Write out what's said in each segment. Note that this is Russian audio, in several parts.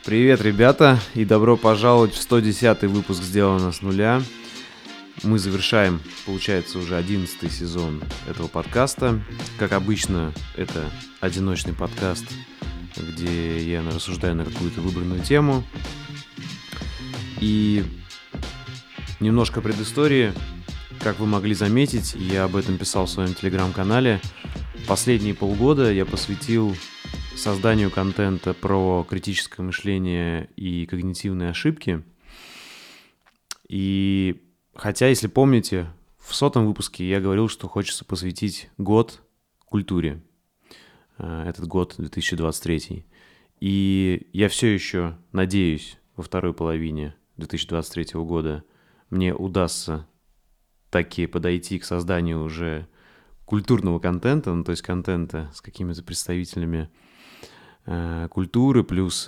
Привет, ребята, и добро пожаловать в 110-й выпуск «Сделано с нуля». Мы завершаем, получается, уже 11-й сезон этого подкаста. Как обычно, это одиночный подкаст, где я рассуждаю на какую-то выбранную тему. И немножко предыстории. Как вы могли заметить, я об этом писал в своем телеграм-канале. Последние полгода я посвятил созданию контента про критическое мышление и когнитивные ошибки. И хотя, если помните, в 100-м выпуске я говорил, что хочется посвятить год культуре. Этот год 2023. И я все еще надеюсь, во второй половине 2023 года мне удастся таки подойти к созданию уже культурного контента, то есть контента с какими-то представителями культуры, плюс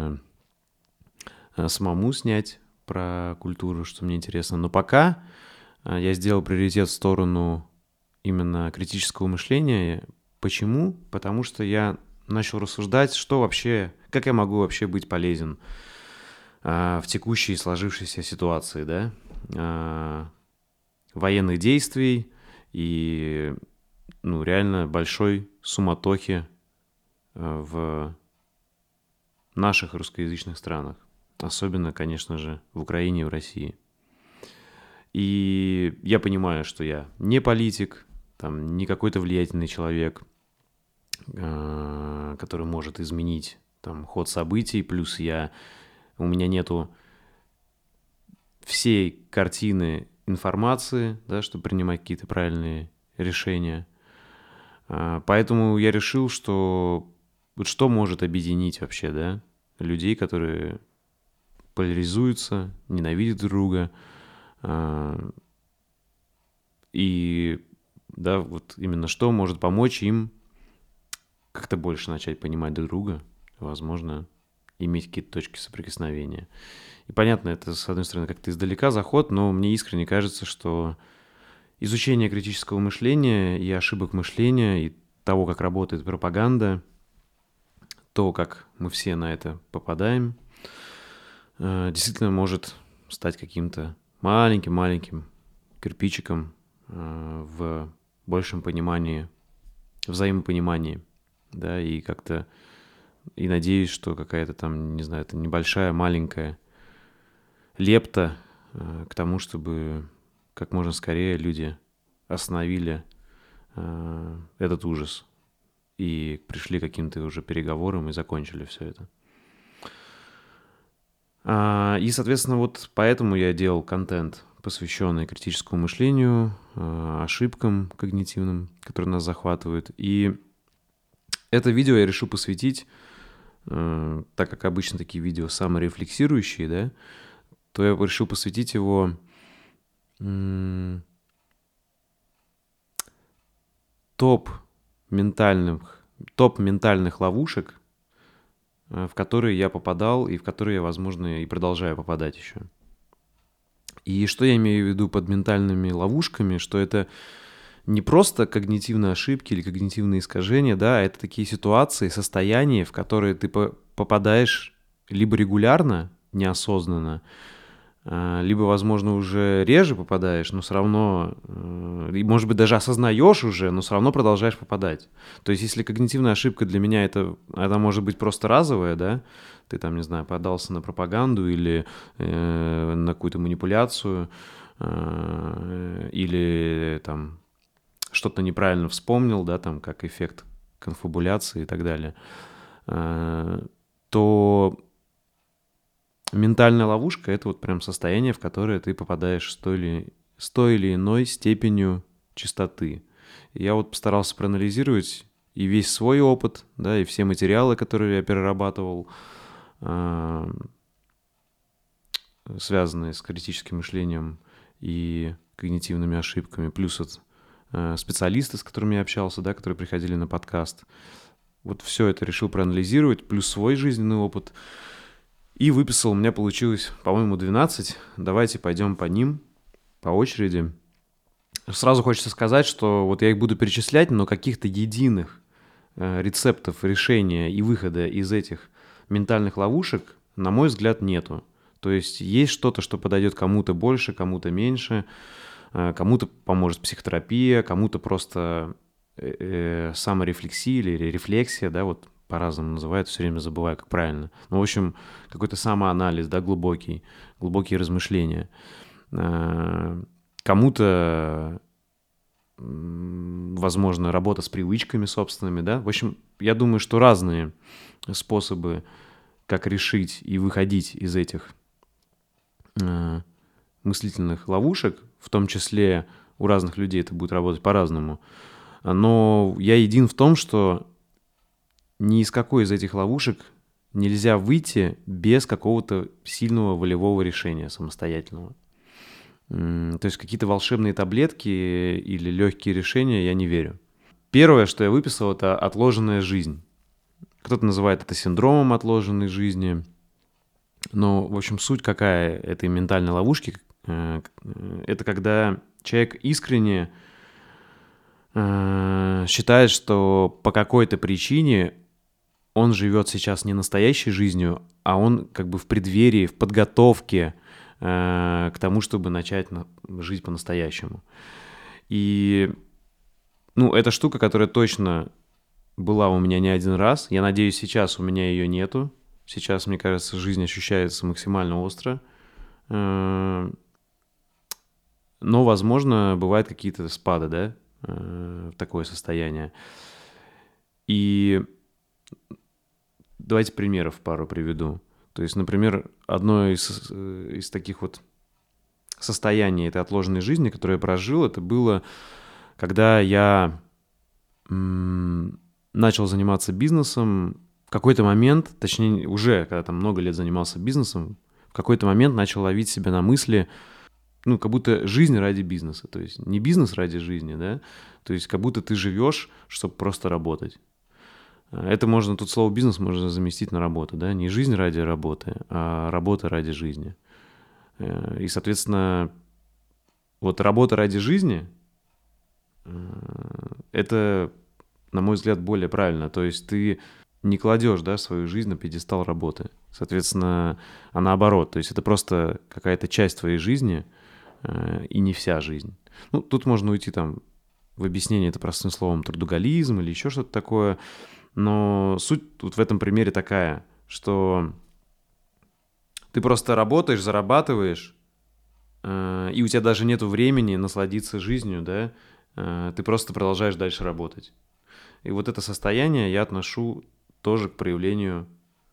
самому снять про культуру, что мне интересно. Но пока я сделал приоритет в сторону именно критического мышления. Почему? Потому что я начал рассуждать, что вообще, как я могу вообще быть полезен в текущей сложившейся ситуации, да, военных действий и, реально большой суматохи в наших русскоязычных странах. Особенно, конечно же, в Украине и в России. И я понимаю, что я не политик, там, не какой-то влиятельный человек, который может изменить там, ход событий, плюс у меня нету всей картины информации, да, чтобы принимать какие-то правильные решения. Поэтому я решил, что вот что может объединить вообще, да, людей, которые поляризуются, ненавидят друг друга, и, да, вот именно что может помочь им как-то больше начать понимать друг друга, возможно, иметь какие-то точки соприкосновения. И понятно, это, с одной стороны, как-то издалека заход, но мне искренне кажется, что изучение критического мышления и ошибок мышления, и того, как работает пропаганда, то, как мы все на это попадаем, действительно может стать каким-то маленьким кирпичиком в большем понимании, взаимопонимании, да, и как-то, и надеюсь, что какая-то там, не знаю, это небольшая, маленькая лепта к тому, чтобы как можно скорее люди остановили этот ужас и пришли к каким-то уже переговорам и закончили все это. И, соответственно, вот поэтому я делал контент, посвященный критическому мышлению, ошибкам когнитивным, которые нас захватывают. И это видео я решил посвятить, так как обычно такие видео саморефлексирующие, да, то я решил посвятить его топ ментальных ловушек, в которые я попадал и в которые я, возможно, и продолжаю попадать еще. И что я имею в виду под ментальными ловушками, что это не просто когнитивные ошибки или когнитивные искажения, да, а это такие ситуации, состояния, в которые ты попадаешь либо регулярно, неосознанно, либо, возможно, уже реже попадаешь, но все равно, и, может быть, даже осознаешь уже, но все равно продолжаешь попадать. То есть, если когнитивная ошибка для меня это может быть просто разовая, да, ты там, не знаю, поддался на пропаганду или на какую-то манипуляцию, или там что-то неправильно вспомнил, да, там как эффект конфабуляции и так далее, то ментальная ловушка — это вот прям состояние, в которое ты попадаешь с той или иной степенью чистоты. И я вот постарался проанализировать и весь свой опыт, да, и все материалы, которые я перерабатывал, связанные с критическим мышлением и когнитивными ошибками, плюс от специалисты, с которыми я общался, да, которые приходили на подкаст. Вот все это решил проанализировать, плюс свой жизненный опыт. И выписал, у меня получилось, по-моему, 12. Давайте пойдем по ним, по очереди. Сразу хочется сказать, что вот я их буду перечислять, но каких-то единых рецептов решения и выхода из этих ментальных ловушек на мой взгляд, нету. То есть что-то, что подойдет кому-то больше, кому-то меньше, кому-то поможет психотерапия, кому-то просто саморефлексия или рефлексия, да, вот по-разному называют, все время забываю, как правильно. Ну, в общем, какой-то самоанализ, да, глубокие размышления. Кому-то, возможно, работа с привычками собственными, да. В общем, я думаю, что разные способы, как решить и выходить из этих мыслительных ловушек, в том числе у разных людей это будет работать по-разному. Но я един в том, что ни из какой из этих ловушек нельзя выйти без какого-то сильного волевого решения самостоятельного. То есть какие-то волшебные таблетки или легкие решения я не верю. Первое, что я выписал, это отложенная жизнь. Кто-то называет это синдромом отложенной жизни. Но, в общем, суть какая этой ментальной ловушки? Это когда человек искренне считает, что по какой-то причине он живет сейчас не настоящей жизнью, а он как бы в преддверии, в подготовке к тому, чтобы начать жить по-настоящему. И, эта штука, которая точно была у меня не один раз. Я надеюсь, сейчас у меня ее нету. Сейчас, мне кажется, жизнь ощущается максимально остро. Но, возможно, бывают какие-то спады, да, в такое состояние. И давайте примеров пару приведу. То есть, например, одно из таких вот состояний этой отложенной жизни, которое я прожил, это было, когда я начал заниматься бизнесом. В какой-то момент, точнее, уже когда там много лет занимался бизнесом, в какой-то момент начал ловить себя на мысли, как будто жизнь ради бизнеса. То есть не бизнес ради жизни, да? То есть как будто ты живешь, чтобы просто работать. Это можно, тут слово «бизнес» можно заместить на работу, да? Не жизнь ради работы, а работа ради жизни. И, соответственно, вот работа ради жизни — это, на мой взгляд, более правильно. То есть ты не кладешь, да, свою жизнь на пьедестал работы. Соответственно, а наоборот. То есть это просто какая-то часть твоей жизни и не вся жизнь. Тут можно уйти там в объяснение это простым словом трудоголизм или еще что-то такое. Но суть вот в этом примере такая, что ты просто работаешь, зарабатываешь, и у тебя даже нет времени насладиться жизнью, да, ты просто продолжаешь дальше работать. И вот это состояние я отношу тоже к проявлению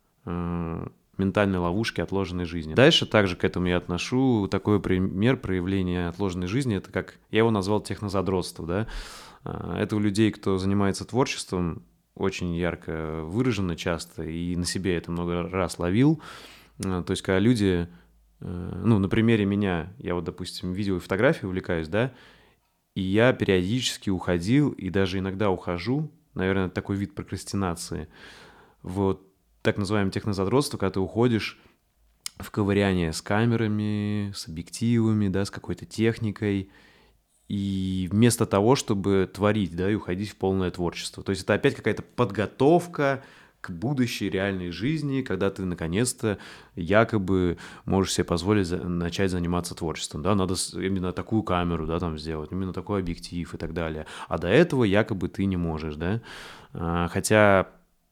ментальной ловушки отложенной жизни. Дальше также к этому я отношу такой пример проявления отложенной жизни, это как, я его назвал технозадротство, да. Это у людей, кто занимается творчеством, очень ярко выражено часто, и на себе это много раз ловил. То есть когда люди, на примере меня, я вот, допустим, видео и фотографией увлекаюсь, да, и я периодически уходил, и даже иногда ухожу, наверное, это такой вид прокрастинации, вот так называемое технозадротство, когда ты уходишь в ковыряние с камерами, с объективами, да, с какой-то техникой, и вместо того, чтобы творить, да, и уходить в полное творчество. То есть это опять какая-то подготовка к будущей реальной жизни, когда ты наконец-то якобы можешь себе позволить начать заниматься творчеством, да, надо именно такую камеру, да, там сделать, именно такой объектив и так далее. А до этого якобы ты не можешь, да. Хотя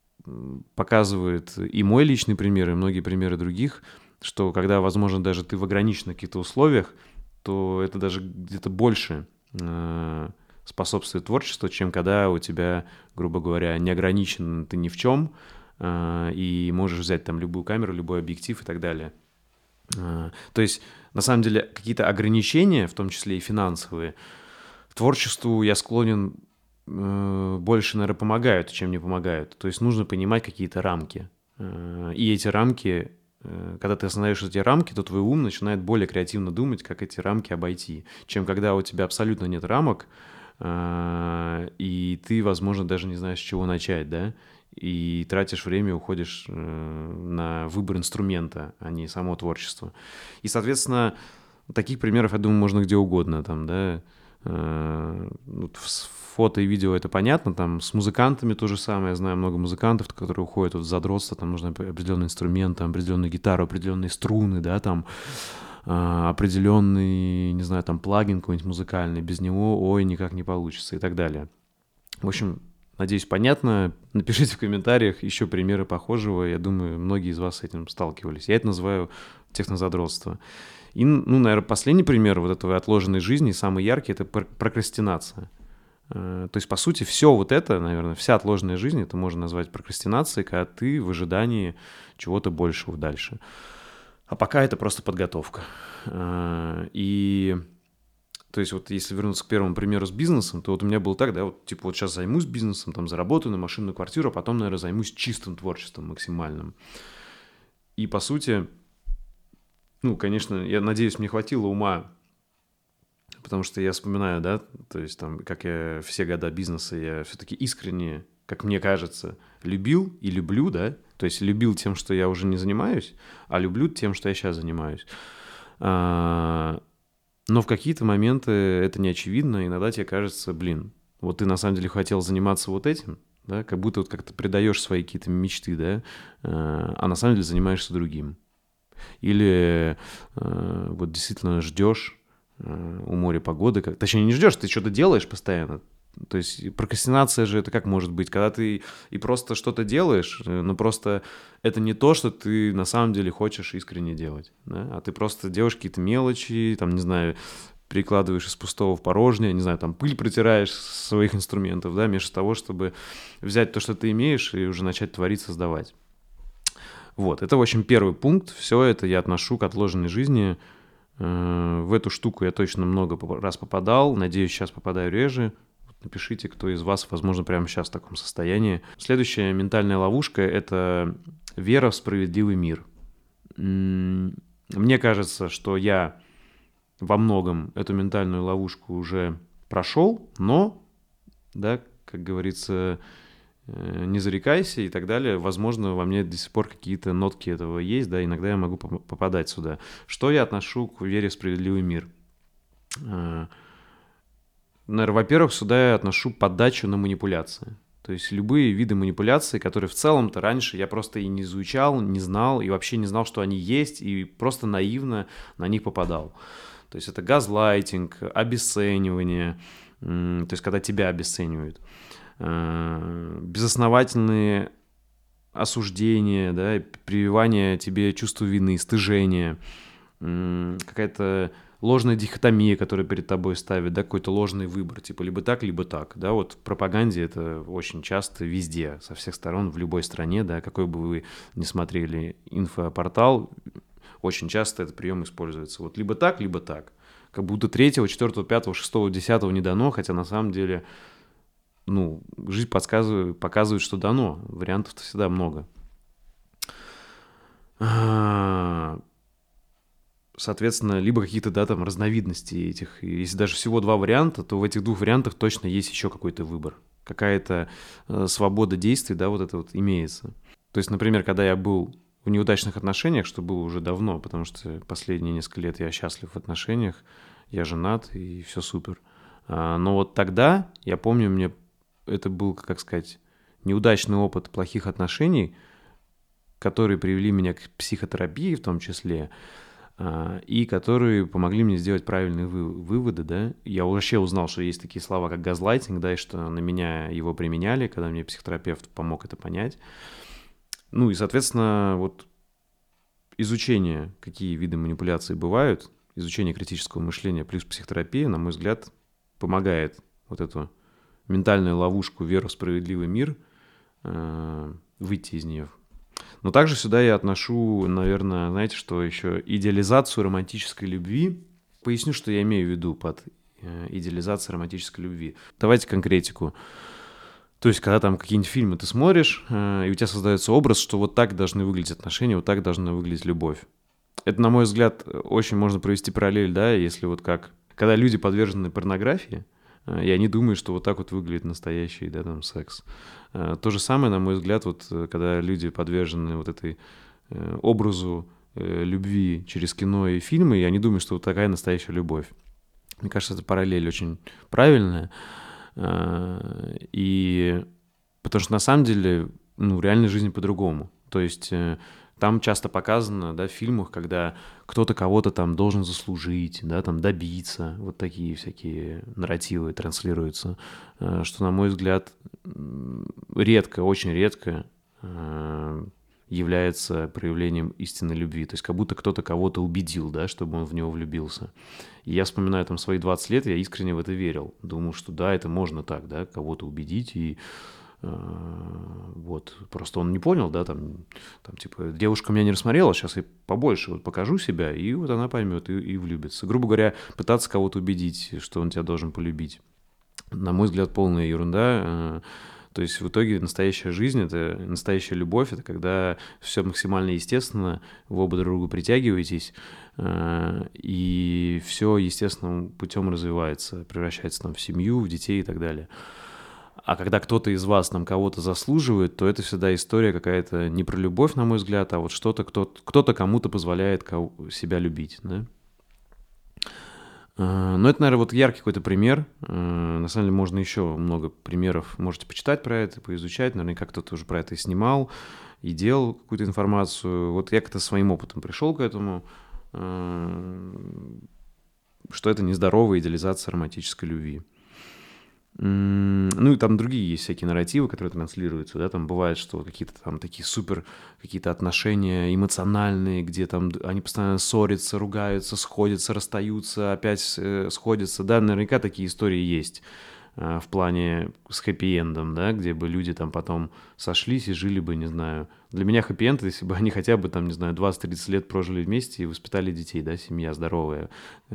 показывает и мой личный пример, и многие примеры других, что когда, возможно, даже ты в ограниченных каких-то условиях, то это даже где-то больше способствует творчеству, чем когда у тебя, грубо говоря, не ограничен ты ни в чем, и можешь взять там любую камеру, любой объектив и так далее. То есть, на самом деле, какие-то ограничения, в том числе и финансовые, творчеству я склонен больше, наверное, помогают, чем не помогают. То есть нужно понимать какие-то рамки. И эти рамки, когда ты осознаешь эти рамки, то твой ум начинает более креативно думать, как эти рамки обойти, чем когда у тебя абсолютно нет рамок, и ты, возможно, даже не знаешь, с чего начать, да, и тратишь время, уходишь на выбор инструмента, а не само творчество. И, соответственно, таких примеров, я думаю, можно где угодно там, да, С фото и видео это понятно, там с музыкантами то же самое. Я знаю много музыкантов, которые уходят в задротство, там нужны определенный инструмент, там определенную гитару, определенные струны, да, там определенный, не знаю, там плагин какой-нибудь музыкальный, без него, ой, никак не получится и так далее. В общем, надеюсь, понятно. Напишите в комментариях еще примеры похожего. Я думаю, многие из вас с этим сталкивались. Я это называю технозадротство. И, наверное, последний пример вот этого отложенной жизни, самый яркий, это прокрастинация. То есть, по сути, все вот это, наверное, вся отложенная жизнь, это можно назвать прокрастинацией, когда ты в ожидании чего-то большего дальше. А пока это просто подготовка. И, то есть, вот если вернуться к первому примеру с бизнесом, то вот у меня было так, да, вот типа вот сейчас займусь бизнесом, там заработаю на машину, на квартиру, а потом, наверное, займусь чистым творчеством максимальным. И, по сути, конечно, я надеюсь, мне хватило ума, потому что я вспоминаю, да, то есть там, как я все года бизнеса, я все-таки искренне, как мне кажется, любил и люблю, да, то есть любил тем, что я уже не занимаюсь, а люблю тем, что я сейчас занимаюсь. Но в какие-то моменты это не очевидно, иногда тебе кажется, вот ты на самом деле хотел заниматься вот этим, да, как будто вот как-то предаешь свои какие-то мечты, да, а на самом деле занимаешься другим. Или вот действительно ждешь у моря погоды, точнее не ждешь, ты что-то делаешь постоянно. То есть прокрастинация же это как может быть, когда ты и просто что-то делаешь, но просто это не то, что ты на самом деле хочешь искренне делать, да? А ты просто делаешь какие-то мелочи, там, не знаю, перекладываешь из пустого в порожнее, не знаю, там пыль протираешь с своих инструментов, да, вместо того, чтобы взять то, что ты имеешь, и уже начать творить, создавать. Вот, это, в общем, первый пункт. Все это я отношу к отложенной жизни. В эту штуку я точно много раз попадал. Надеюсь, сейчас попадаю реже. Напишите, кто из вас, возможно, прямо сейчас в таком состоянии. Следующая ментальная ловушка – это вера в справедливый мир. Мне кажется, что я во многом эту ментальную ловушку уже прошел, но, да, как говорится, не зарекайся и так далее. Возможно, во мне до сих пор какие-то нотки этого есть, да, иногда я могу попадать сюда. Что я отношу к вере в справедливый мир? Наверное, во-первых, сюда я отношу подачу на манипуляции. То есть любые виды манипуляций, которые в целом-то раньше я просто и не изучал, не знал, и вообще не знал, что они есть, и просто наивно на них попадал. То есть это газлайтинг, обесценивание, то есть когда тебя обесценивают, безосновательные осуждения, да, прививание тебе чувства вины, стыжения, какая-то ложная дихотомия, которая перед тобой ставит, да, какой-то ложный выбор, типа либо так, да, вот в пропаганде это очень часто везде, со всех сторон, в любой стране, да, какой бы вы ни смотрели инфопортал, очень часто этот прием используется, вот либо так, как будто 3, 4, 5, 6, 10 не дано, хотя на самом деле, жизнь показывает, что дано, вариантов-то всегда много. Соответственно, либо какие-то, да, там, разновидности этих. И если даже всего 2 варианта, то в этих 2 вариантах точно есть еще какой-то выбор. Какая-то свобода действий, да, вот это вот имеется. То есть, например, когда я был в неудачных отношениях, что было уже давно, потому что последние несколько лет я счастлив в отношениях, я женат, и все супер. Но вот тогда, я помню, мне это был, как сказать, неудачный опыт плохих отношений, которые привели меня к психотерапии в том числе, и которые помогли мне сделать правильные выводы, да. Я вообще узнал, что есть такие слова, как газлайтинг, да, и что на меня его применяли, когда мне психотерапевт помог это понять. И, соответственно, вот изучение, какие виды манипуляций бывают, изучение критического мышления плюс психотерапия, на мой взгляд, помогает вот эту ментальную ловушку веры в справедливый мир выйти из нее. Но также сюда я отношу, наверное, знаете, что еще идеализацию романтической любви. Поясню, что я имею в виду под идеализацией романтической любви. Давайте конкретику. То есть, когда там какие-нибудь фильмы ты смотришь, и у тебя создается образ, что вот так должны выглядеть отношения, вот так должна выглядеть любовь. Это, на мой взгляд, очень можно провести параллель, да, если вот как... Когда люди подвержены порнографии, и они думают, что вот так вот выглядит настоящий, да, там, секс. То же самое, на мой взгляд, вот когда люди подвержены вот этой образу любви через кино и фильмы, и они думают, что вот такая настоящая любовь. Мне кажется, эта параллель очень правильная. И потому что на самом деле, в реальной жизни по-другому. То есть там часто показано, да, в фильмах, когда кто-то кого-то там должен заслужить, да, там добиться, вот такие всякие нарративы транслируются, что, на мой взгляд, редко, очень редко является проявлением истинной любви. То есть как будто кто-то кого-то убедил, да, чтобы он в него влюбился. И я вспоминаю там свои 20 лет, я искренне в это верил. Думал, что да, это можно так, да, кого-то убедить. И вот, просто он не понял, да, там типа, девушка меня не рассмотрела, сейчас я побольше вот покажу себя, и вот она поймет и влюбится. Грубо говоря, пытаться кого-то убедить, что он тебя должен полюбить. На мой взгляд, полная ерунда. То есть в итоге настоящая жизнь, это настоящая любовь, это когда все максимально естественно, вы оба друг к другу притягиваетесь, и все естественным путем развивается, превращается там в семью, в детей и так далее. А когда кто-то из вас там кого-то заслуживает, то это всегда история какая-то не про любовь, на мой взгляд, а вот что-то, кто-то кому-то позволяет себя любить, да? Ну, это, наверное, вот яркий какой-то пример. На самом деле можно еще много примеров, можете почитать про это, поизучать. Наверняка кто-то уже про это и снимал, и делал какую-то информацию. Вот я как-то своим опытом пришел к этому, что это нездоровая идеализация романтической любви. Ну и там другие есть всякие нарративы, которые транслируются, да, там бывает, что какие-то там такие супер какие-то отношения эмоциональные, где там они постоянно ссорятся, ругаются, сходятся, расстаются, опять сходятся, да, наверняка такие истории есть в плане с хэппи-эндом, да, где бы люди там потом сошлись и жили бы, не знаю, для меня хэппи-энд, если бы они хотя бы там, не знаю, 20-30 лет прожили вместе и воспитали детей, да, семья здоровая.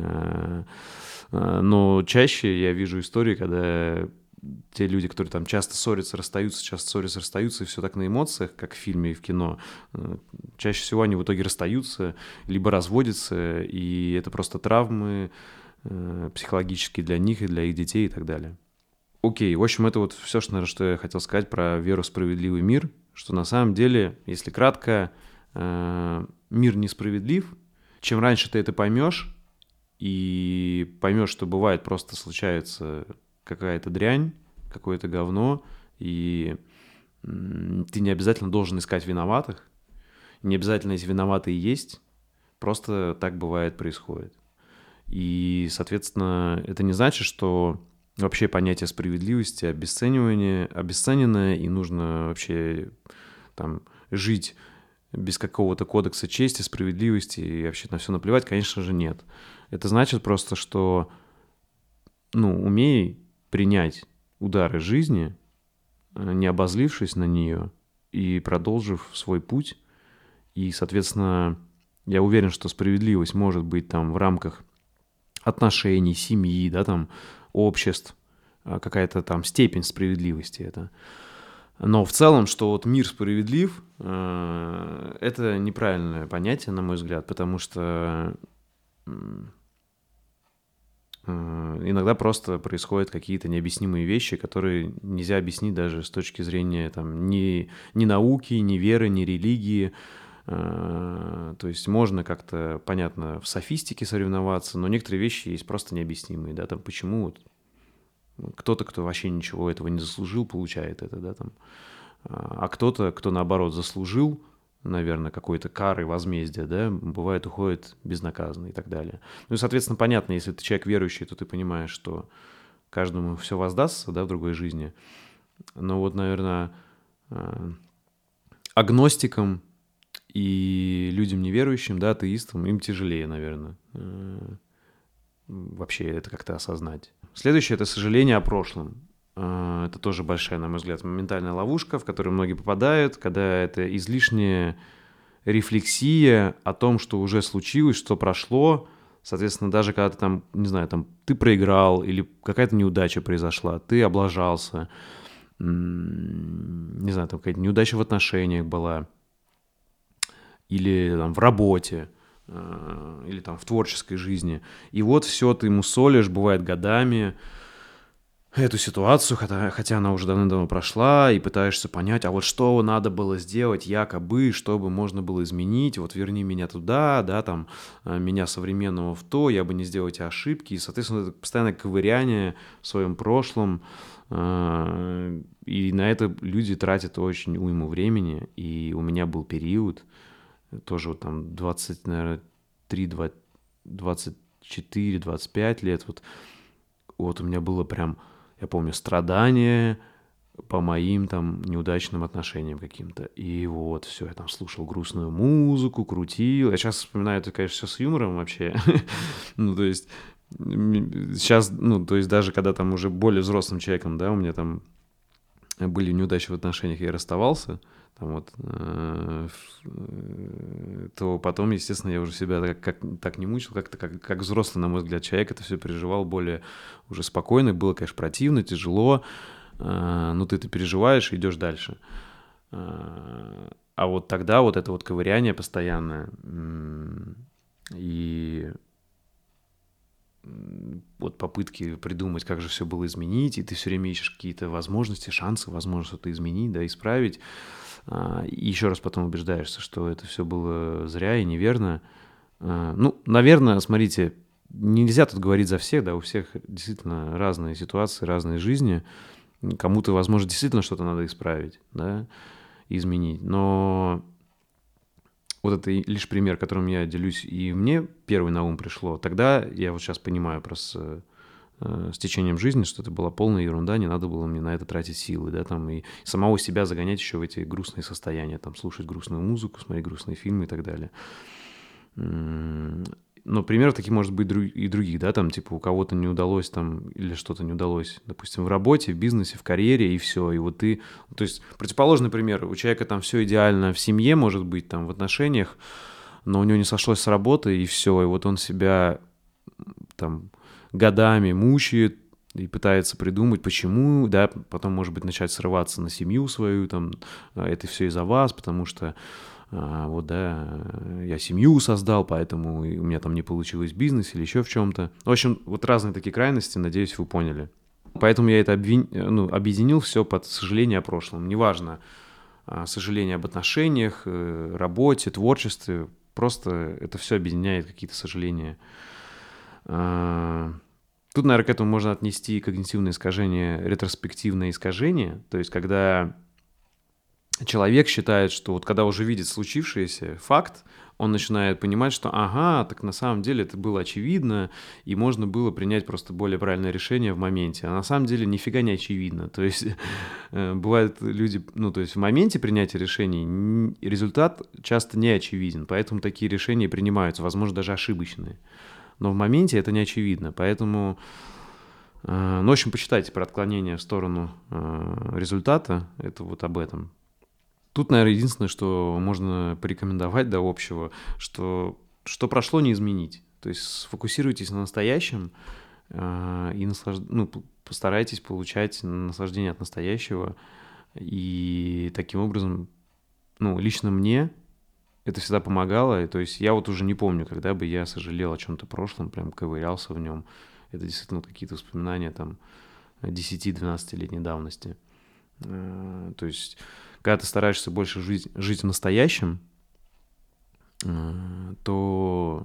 Но чаще я вижу истории, когда те люди, которые там часто ссорятся, расстаются, и все так на эмоциях, как в фильме и в кино, чаще всего они в итоге расстаются, либо разводятся, и это просто травмы психологические для них и для их детей и так далее. Окей, в общем, это вот все, наверное, что я хотел сказать про веру в справедливый мир, что на самом деле, если кратко, мир несправедлив. Чем раньше ты это поймешь, и поймешь, что бывает, просто случается какая-то дрянь, какое-то говно, и ты не обязательно должен искать виноватых, не обязательно эти виноватые есть, просто так бывает, происходит. И, соответственно, это не значит, что вообще понятие справедливости обесцененное, и нужно вообще там жить без какого-то кодекса чести, справедливости и вообще на все наплевать, конечно же, нет. Это значит просто, что, умей принять удары жизни, не обозлившись на нее и продолжив свой путь. И, соответственно, я уверен, что справедливость может быть там в рамках отношений, семьи, да, там, обществ, какая-то там степень справедливости это. Но в целом, что вот мир справедлив, это неправильное понятие, на мой взгляд, потому что иногда просто происходят какие-то необъяснимые вещи, которые нельзя объяснить даже с точки зрения там, ни науки, ни веры, ни религии. То есть можно как-то, понятно, в софистике соревноваться, но некоторые вещи есть просто необъяснимые, да, там почему вот кто-то, кто вообще ничего этого не заслужил, получает это, да, там, а кто-то, кто наоборот заслужил, наверное, какой-то кары, возмездия, да, бывает, уходит безнаказанно и так далее. Ну и, соответственно, понятно, если ты человек верующий, то ты понимаешь, что каждому все воздастся, да, в другой жизни. Но вот, наверное, агностикам и людям неверующим, да, атеистам, им тяжелее, наверное, вообще это как-то осознать. Следующее – это сожаление о прошлом. Это тоже большая, на мой взгляд, ментальная ловушка, в которую многие попадают, когда это излишняя рефлексия о том, что уже случилось, что прошло. Соответственно, даже когда ты там, не знаю, там ты проиграл или какая-то неудача произошла, ты облажался, не знаю, там какая-то неудача в отношениях была, или там в работе, или там в творческой жизни. И вот все ты мусолишь, бывает годами, эту ситуацию, хотя она уже давным-давно прошла, и пытаешься понять, а вот что надо было сделать якобы, чтобы можно было изменить, вот верни меня туда, да, там, меня современного в то, я бы не сделал эти ошибки, и, соответственно, это постоянное ковыряние в своем прошлом, и на это люди тратят очень уйму времени, и у меня был период, тоже вот там 20, наверное, 3, 24, 25 лет, вот у меня было прям, я помню, страдания по моим там неудачным отношениям каким-то. И вот все, я там слушал грустную музыку, крутил. Я сейчас вспоминаю это, конечно, все с юмором вообще. Ну, то есть сейчас, ну, то есть даже когда там уже более взрослым человеком, да, у меня там были неудачи в отношениях, я расставался, там вот, то потом, естественно, я уже себя так не мучил, как взрослый, на мой взгляд, человек это все переживал более уже спокойно. Было, конечно, противно, тяжело, но ты это переживаешь и идешь дальше. А вот тогда вот это вот ковыряние постоянное и вот попытки придумать, как же все было изменить, и ты все время ищешь какие-то возможности, шансы, возможно, что-то изменить, да, исправить. И еще раз потом убеждаешься, что это все было зря и неверно. Ну, наверное, смотрите, нельзя тут говорить за всех, да, у всех действительно разные ситуации, разные жизни. Кому-то, возможно, действительно что-то надо исправить, да, изменить. Но вот это лишь пример, которым я делюсь, и мне первый на ум пришло. Тогда я вот сейчас понимаю просто с течением жизни, что это была полная ерунда, не надо было мне на это тратить силы, да, там, и самого себя загонять еще в эти грустные состояния, там, слушать грустную музыку, смотреть грустные фильмы и так далее. Но примеров таких может быть и других, да, там, типа, у кого-то не удалось там, или что-то не удалось, допустим, в работе, в бизнесе, в карьере, и все, и вот ты, то есть, противоположный пример, у человека там все идеально в семье, может быть, там, в отношениях, но у него не сошлось с работой, и все, и вот он себя там годами мучает и пытается придумать, почему, да, потом, может быть, начать срываться на семью свою, там, это все из-за вас, потому что вот, да, я семью создал, поэтому у меня там не получилось бизнес или еще в чем-то. В общем, вот разные такие крайности, надеюсь, вы поняли. Поэтому я это объединил все под сожаление о прошлом. Неважно, сожаление об отношениях, работе, творчестве, просто это все объединяет какие-то сожаления. Тут, наверное, к этому можно отнести когнитивное искажение, ретроспективное искажение, то есть когда человек считает, что вот когда уже видит случившийся факт, он начинает понимать, что ага, так на самом деле это было очевидно, и можно было принять просто более правильное решение в моменте. А на самом деле нифига не очевидно. То есть бывают люди, ну то есть в моменте принятия решений результат часто не очевиден, поэтому такие решения принимаются, возможно, даже ошибочные. Но в моменте это не очевидно, поэтому... Ну, в общем, почитайте про отклонение в сторону результата, это вот об этом. Тут, наверное, единственное, что можно порекомендовать до общего, что прошло, не изменить. То есть сфокусируйтесь на настоящем и постарайтесь получать наслаждение от настоящего. И таким образом, ну, лично мне это всегда помогало. И, то есть я вот уже не помню, когда бы я сожалел о чем-то прошлом, прям ковырялся в нем. Это действительно какие-то воспоминания там 10-12-летней давности. То есть, когда ты стараешься больше жить в настоящем, то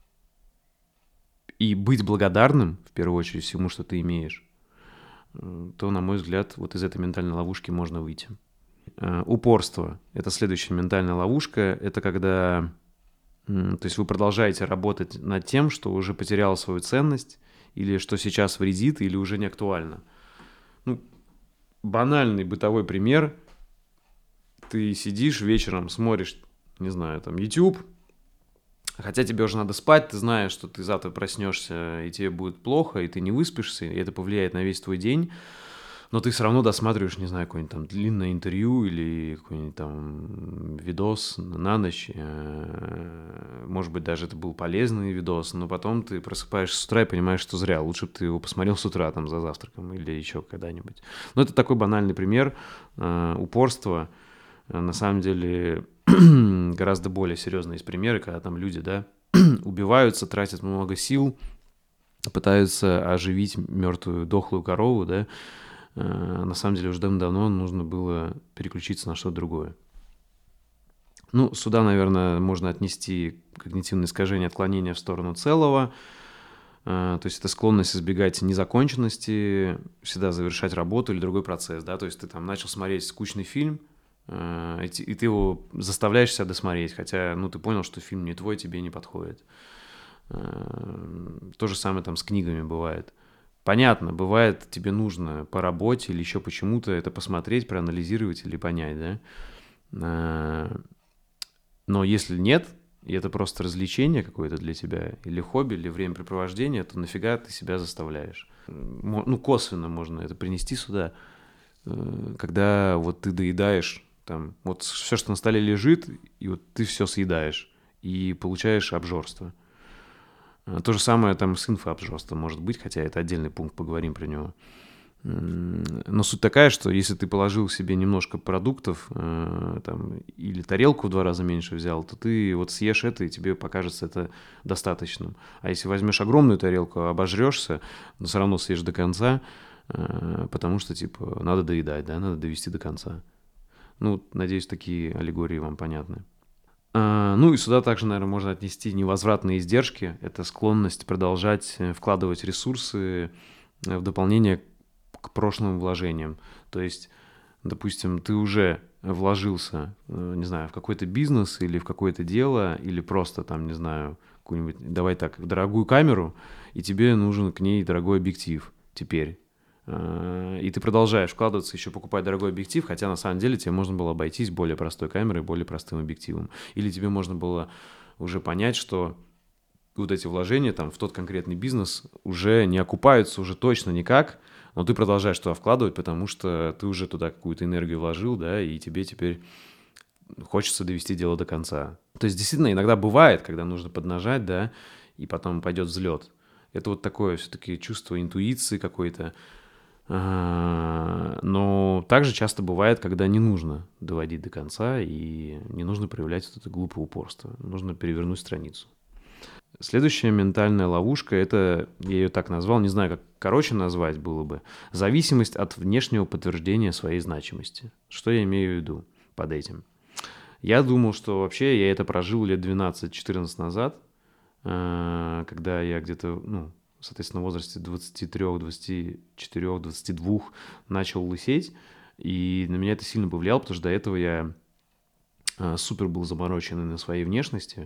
и быть благодарным, в первую очередь, всему, что ты имеешь, то, на мой взгляд, вот из этой ментальной ловушки можно выйти. Упорство – это следующая ментальная ловушка. Это когда, то есть вы продолжаете работать над тем, что уже потеряло свою ценность, или что сейчас вредит, или уже не актуально. Ну, банальный бытовой пример. Ты сидишь вечером, смотришь, не знаю, там, YouTube, хотя тебе уже надо спать, ты знаешь, что ты завтра проснешься, и тебе будет плохо, и ты не выспишься, и это повлияет на весь твой день, но ты все равно досматриваешь, не знаю, какое-нибудь там длинное интервью или какой-нибудь там видос на ночь. Может быть, даже это был полезный видос, но потом ты просыпаешься с утра и понимаешь, что зря. Лучше бы ты его посмотрел с утра там за завтраком или еще когда-нибудь. Но это такой банальный пример упорства. На самом деле гораздо более серьезные есть примеры, когда там люди, да, убиваются, тратят много сил, пытаются оживить мертвую, дохлую корову, да, на самом деле уже давно нужно было переключиться на что-то другое. Ну, сюда, наверное, можно отнести когнитивное искажение, отклонение в сторону целого. То есть это склонность избегать незаконченности, всегда завершать работу или другой процесс, да, то есть ты там начал смотреть скучный фильм, и ты его заставляешь себя досмотреть, хотя, ну, ты понял, что фильм не твой, тебе не подходит. То же самое там с книгами бывает. Понятно, бывает, тебе нужно по работе или еще почему-то это посмотреть, проанализировать или понять, да. Но если нет, и это просто развлечение какое-то для тебя, или хобби, или времяпрепровождение, то нафига ты себя заставляешь? Ну, косвенно можно это принести сюда, когда вот ты доедаешь, там, вот все, что на столе лежит, и вот ты все съедаешь, и получаешь обжорство. То же самое там с инфообжорством может быть, хотя это отдельный пункт, поговорим про него. Но суть такая, что если ты положил себе немножко продуктов там, или тарелку в 2 раза меньше взял, то ты вот съешь это, и тебе покажется это достаточным. А если возьмешь огромную тарелку, обожрешься, но все равно съешь до конца, потому что, типа, надо доедать, да, надо довести до конца. Ну, надеюсь, такие аллегории вам понятны. Ну и сюда также, наверное, можно отнести невозвратные издержки. Это склонность продолжать вкладывать ресурсы в дополнение к прошлым вложениям. То есть, допустим, ты уже вложился, не знаю, в какой-то бизнес или в какое-то дело, или просто там, не знаю, какую-нибудь, давай так, в дорогую камеру, и тебе нужен к ней дорогой объектив теперь. И ты продолжаешь вкладываться, еще покупать дорогой объектив, хотя на самом деле тебе можно было обойтись более простой камерой, более простым объективом. Или тебе можно было уже понять, что вот эти вложения там в тот конкретный бизнес уже не окупаются уже точно никак, но ты продолжаешь туда вкладывать, потому что ты уже туда какую-то энергию вложил, да, и тебе теперь хочется довести дело до конца. То есть действительно иногда бывает, когда нужно поднажать, да, и потом пойдет взлет. Это вот такое все-таки чувство интуиции какой-то. Но также часто бывает, когда не нужно доводить до конца и не нужно проявлять вот это глупое упорство. Нужно перевернуть страницу. Следующая ментальная ловушка, это, я ее так назвал, не знаю, как короче назвать было бы, зависимость от внешнего подтверждения своей значимости. Что я имею в виду под этим? Я думал, что вообще я это прожил лет 12-14 назад, когда я где-то, ну, соответственно, в возрасте 23, 24, 22 начал лысеть, и на меня это сильно повлияло, потому что до этого я супер был заморочен на своей внешности,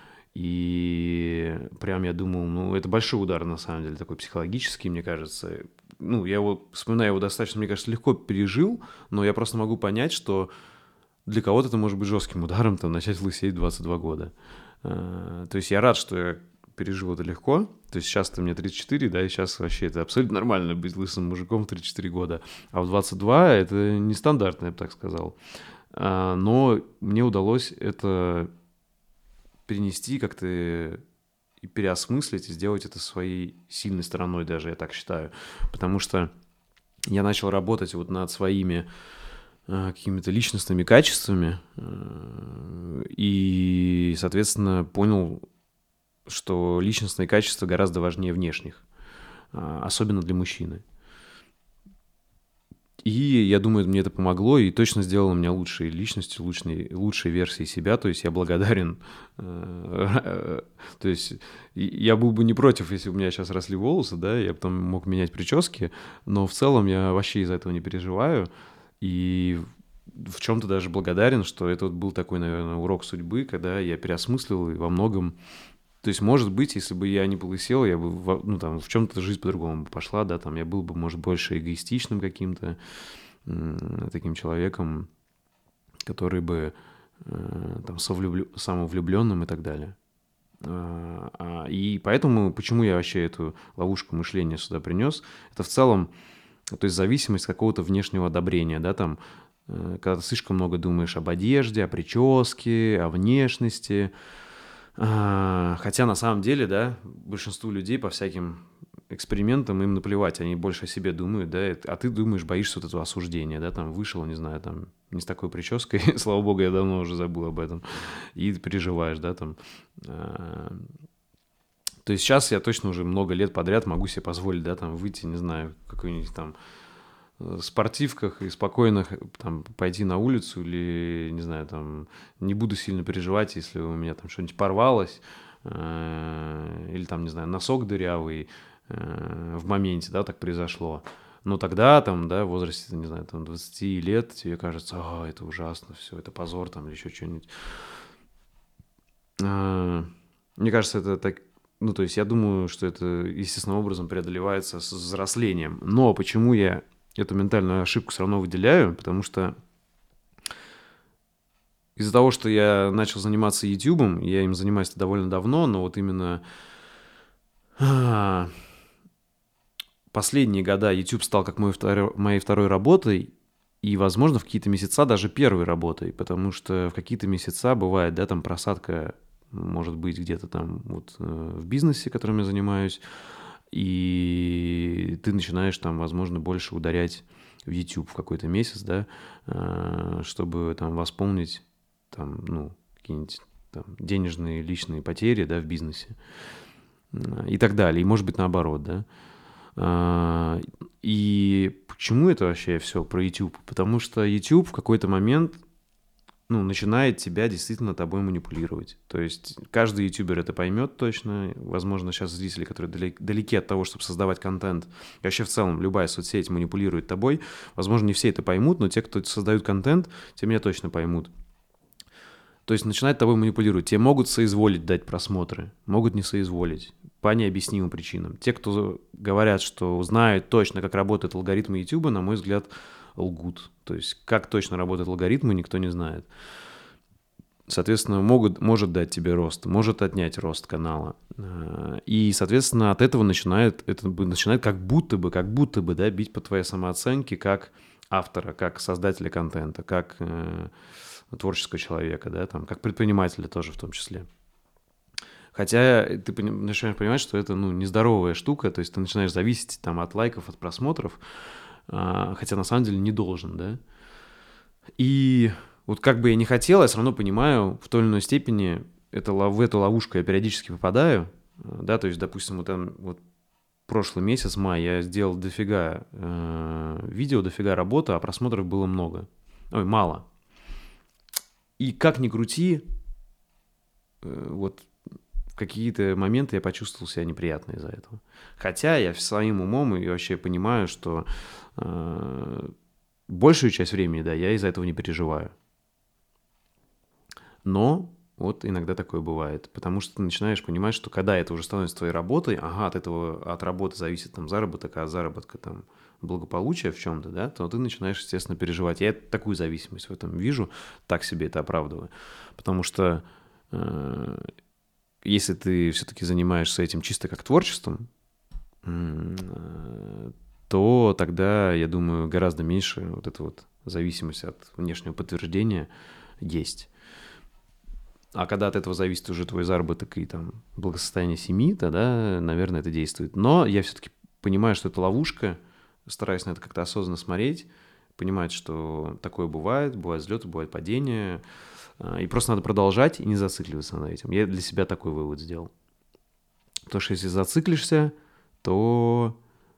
и прям я думал, ну, это большой удар, на самом деле, такой психологический, мне кажется. Ну, я его, вспоминаю его достаточно, мне кажется, легко пережил, но я просто могу понять, что для кого-то это может быть жестким ударом, там, начать лысеть в 22 года. То есть я рад, что я пережил это легко. То есть сейчас-то мне 34, да, и сейчас вообще это абсолютно нормально быть лысым мужиком в 34 года. А в 22 это нестандартно, я бы так сказал. Но мне удалось это перенести как-то и переосмыслить, и сделать это своей сильной стороной даже, я так считаю. Потому что я начал работать вот над своими какими-то личностными качествами и, соответственно, понял, что личностные качества гораздо важнее внешних, особенно для мужчины. И я думаю, мне это помогло и точно сделало меня лучшей личностью, лучшей версией себя. То есть я благодарен. То есть я был бы не против, если бы у меня сейчас росли волосы, да, я бы там мог менять прически, но в целом я вообще из-за этого не переживаю. И в чем-то даже благодарен, что это вот был такой, наверное, урок судьбы, когда я переосмыслил и во многом. То есть, может быть, если бы я не полысел, я бы, ну, там, в чем-то жизнь по-другому бы пошла, да, там, я был бы, может, больше эгоистичным каким-то таким человеком, который бы, там, самовлюбленным и так далее. И поэтому, почему я вообще эту ловушку мышления сюда принес, это в целом, то есть, зависимость какого-то внешнего одобрения, да, там, когда ты слишком много думаешь об одежде, о прическе, о внешности. Хотя на самом деле, да, большинству людей по всяким экспериментам им наплевать, они больше о себе думают, да, а ты думаешь, боишься вот этого осуждения, да, там вышел, не знаю, там не с такой прической, слава богу, я давно уже забыл об этом, и ты переживаешь, да, там. То То есть сейчас я точно уже много лет подряд могу себе позволить, да, там выйти, не знаю, в какой-нибудь там спортивках и спокойно там пойти на улицу или, не знаю, там не буду сильно переживать, если у меня там что-нибудь порвалось, или там, не знаю, носок дырявый в моменте, да, так произошло. Но тогда там, да, в возрасте, не знаю, там 20 лет тебе кажется, это ужасно, все, это позор там или еще что-нибудь. Мне кажется, это так, ну, то есть я думаю, что это естественным образом преодолевается с взрослением. Но почему я эту ментальную ошибку все равно выделяю? Потому что из-за того, что я начал заниматься YouTube, я им занимаюсь довольно давно, но вот именно последние года YouTube стал как моей второй работой, и, возможно, в какие-то месяца даже первой работой, потому что в какие-то месяца бывает, да, там просадка может быть где-то там вот в бизнесе, которым я занимаюсь, и ты начинаешь там, возможно, больше ударять в YouTube в какой-то месяц, да, чтобы там восполнить там, ну, какие-нибудь там денежные личные потери, да, в бизнесе и так далее, и может быть наоборот, да. И почему это вообще все про YouTube? Потому что YouTube в какой-то момент, ну, начинает тебя действительно тобой манипулировать. То есть каждый ютубер это поймет точно. Возможно, сейчас зрители, которые далеки от того, чтобы создавать контент, и вообще в целом любая соцсеть манипулирует тобой. Возможно, не все это поймут, но те, кто создают контент, те меня точно поймут. То есть начинает тобой манипулировать. Тебе могут соизволить дать просмотры, могут не соизволить по необъяснимым причинам. Те, кто говорят, что знают точно, как работают алгоритмы YouTube, на мой взгляд, лгут. То есть как точно работают алгоритмы, никто не знает. Соответственно, может дать тебе рост, может отнять рост канала. И, соответственно, от этого начинает как будто бы, да, бить по твоей самооценке как автора, как создателя контента, как творческого человека, да, там, как предпринимателя тоже в том числе. Хотя ты начинаешь понимать, что это, ну, нездоровая штука, то есть ты начинаешь зависеть там от лайков, от просмотров, хотя на самом деле не должен, да. И вот как бы я ни хотел, я все равно понимаю, в той или иной степени в эту ловушку я периодически попадаю, да, то есть, допустим, вот там вот прошлый месяц, май, я сделал дофига видео, дофига работы, а просмотров было мало. И как ни крути, вот в какие-то моменты я почувствовал себя неприятно из-за этого. Хотя я своим умом и вообще понимаю, что большую часть времени, да, я из-за этого не переживаю. Но вот иногда такое бывает, потому что ты начинаешь понимать, что когда это уже становится твоей работой, от работы зависит там заработок, а от заработка там благополучие в чем-то, да, то ты начинаешь, естественно, переживать. Я такую зависимость в этом вижу, так себе это оправдываю. Потому что если ты все-таки занимаешься этим чисто как творчеством, то тогда, я думаю, гораздо меньше вот эта вот зависимость от внешнего подтверждения есть. А когда от этого зависит уже твой заработок и там благосостояние семьи, тогда, наверное, это действует. Но я все-таки понимаю, что это ловушка, стараюсь на это как-то осознанно смотреть, понимать, что такое бывает взлеты, бывают падения, и просто надо продолжать и не зацикливаться на этом. Я для себя такой вывод сделал. Потому что если зациклишься, то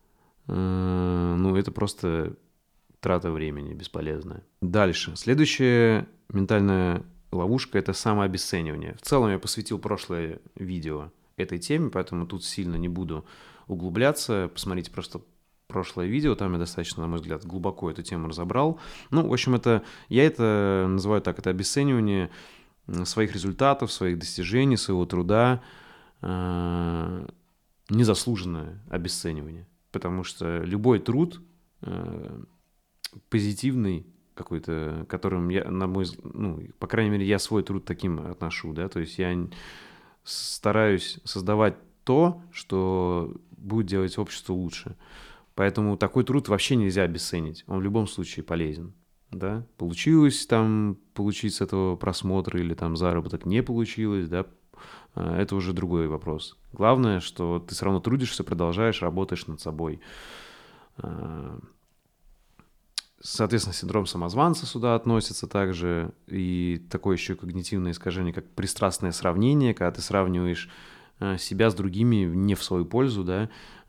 это просто трата времени бесполезная. Дальше. Следующая ментальная ловушка – это самообесценивание. В целом я посвятил прошлое видео этой теме, поэтому тут сильно не буду углубляться. Посмотрите просто прошлое видео, там я достаточно, на мой взгляд, глубоко эту тему разобрал. Ну, в общем, я это называю так, это обесценивание своих результатов, своих достижений, своего труда, незаслуженное обесценивание. Потому что любой труд позитивный какой-то, которым я, по крайней мере, я свой труд таким отношу, да, то есть я стараюсь создавать то, что будет делать общество лучше. Поэтому такой труд вообще нельзя обесценить. Он в любом случае полезен. Да? Получилось там получить с этого просмотр или там заработок, не получилось, да, это уже другой вопрос. Главное, что ты все равно трудишься, продолжаешь, работаешь над собой. Соответственно, синдром самозванца сюда относится также. И такое еще когнитивное искажение, как пристрастное сравнение, когда ты сравниваешь себя с другими не в свою пользу, да,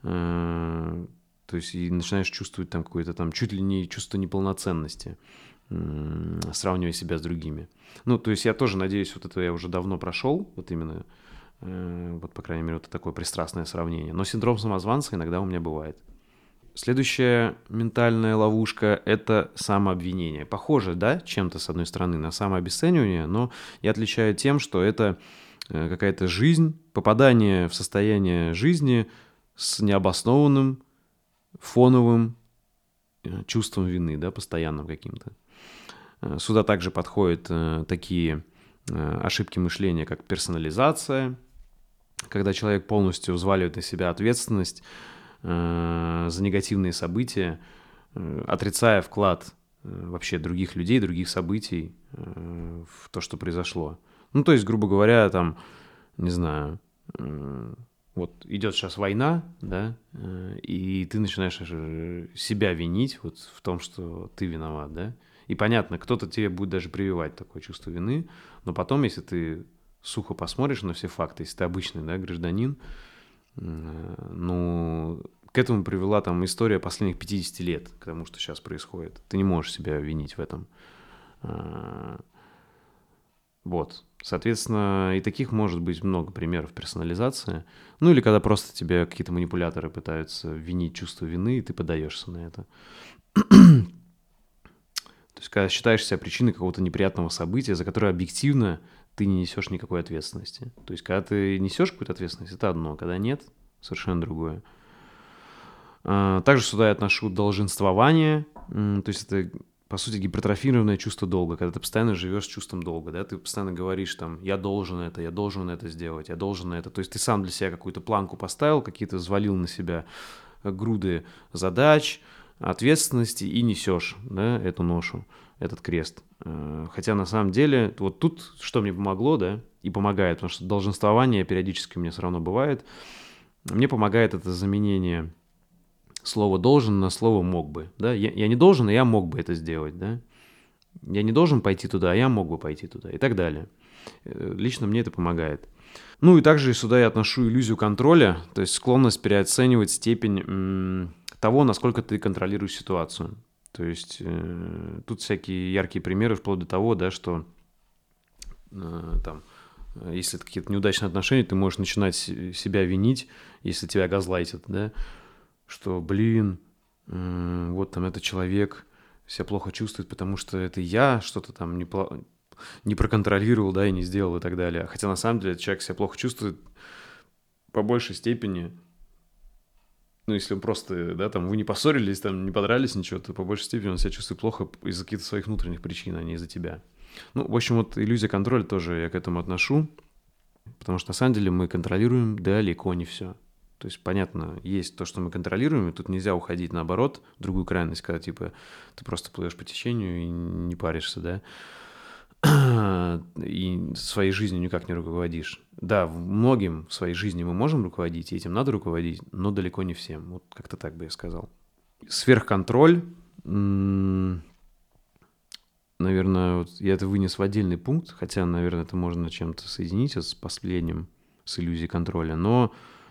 то есть и начинаешь чувствовать там какое-то там чуть ли не чувство неполноценности, сравнивая себя с другими. Ну, то есть я тоже надеюсь, вот это я уже давно прошел, вот именно, вот, по крайней мере, вот такое пристрастное сравнение. Но синдром самозванца иногда у меня бывает. Следующая ментальная ловушка – это самообвинение. Похоже, да, чем-то, с одной стороны, на самообесценивание, но я отличаю тем, что это какая-то жизнь, попадание в состояние жизни с необоснованным, фоновым чувством вины, да, постоянным каким-то. Сюда также подходят такие ошибки мышления, как персонализация, когда человек полностью взваливает на себя ответственность за негативные события, отрицая вклад вообще других людей, других событий в то, что произошло. Ну, то есть, грубо говоря, там, не знаю, вот идет сейчас война, да, и ты начинаешь себя винить вот в том, что ты виноват, да. И понятно, кто-то тебе будет даже прививать такое чувство вины, но потом, если ты сухо посмотришь на все факты, если ты обычный, да, гражданин, ну, к этому привела там история последних 50 лет, к тому, что сейчас происходит. Ты не можешь себя винить в этом. Вот. Соответственно, и таких может быть много примеров персонализации. Ну, или когда просто тебе какие-то манипуляторы пытаются винить чувство вины, и ты подаешься на это. То есть, когда считаешь себя причиной какого-то неприятного события, за которое объективно ты не несешь никакой ответственности. То есть, когда ты несешь какую-то ответственность, это одно, когда нет, совершенно другое. Также сюда я отношу долженствование, то есть это, по сути, гипертрофированное чувство долга, когда ты постоянно живешь с чувством долга, да, ты постоянно говоришь там, я должен это сделать, я должен это, то есть ты сам для себя какую-то планку поставил, какие-то взвалил на себя груды задач, ответственности и несешь, да, эту ношу, этот крест. Хотя на самом деле, вот тут что мне помогло, да, и помогает, потому что долженствование периодически у меня все равно бывает, мне помогает это заменение слова «должен» на слово «мог бы». Да? Я не должен, а я мог бы это сделать. Да? Я не должен пойти туда, а я мог бы пойти туда и так далее. Лично мне это помогает. Ну и также сюда я отношу иллюзию контроля, то есть склонность переоценивать степень того, насколько ты контролируешь ситуацию. То есть тут всякие яркие примеры, вплоть до того, да, что там, если это какие-то неудачные отношения, ты можешь начинать себя винить, если тебя газлайтят, да, что, блин, вот там этот человек себя плохо чувствует, потому что это я что-то там не проконтролировал, да, и не сделал и так далее. Хотя на самом деле человек себя плохо чувствует по большей степени, ну, если он просто, да, там, вы не поссорились, там, не подрались, ничего, то по большей степени он себя чувствует плохо из-за каких-то своих внутренних причин, а не из-за тебя. Ну, в общем, вот иллюзия контроля тоже я к этому отношу, потому что на самом деле мы контролируем далеко не все. То есть, понятно, есть то, что мы контролируем, и тут нельзя уходить, наоборот, в другую крайность, когда, типа, ты просто плывешь по течению и не паришься, да, и своей жизнью никак не руководишь. Да, многим в своей жизни мы можем руководить, и этим надо руководить, но далеко не всем. Вот как-то так бы я сказал. Сверхконтроль, наверное, вот я это вынес в отдельный пункт, хотя, наверное, это можно чем-то соединить с последним, с иллюзией контроля, но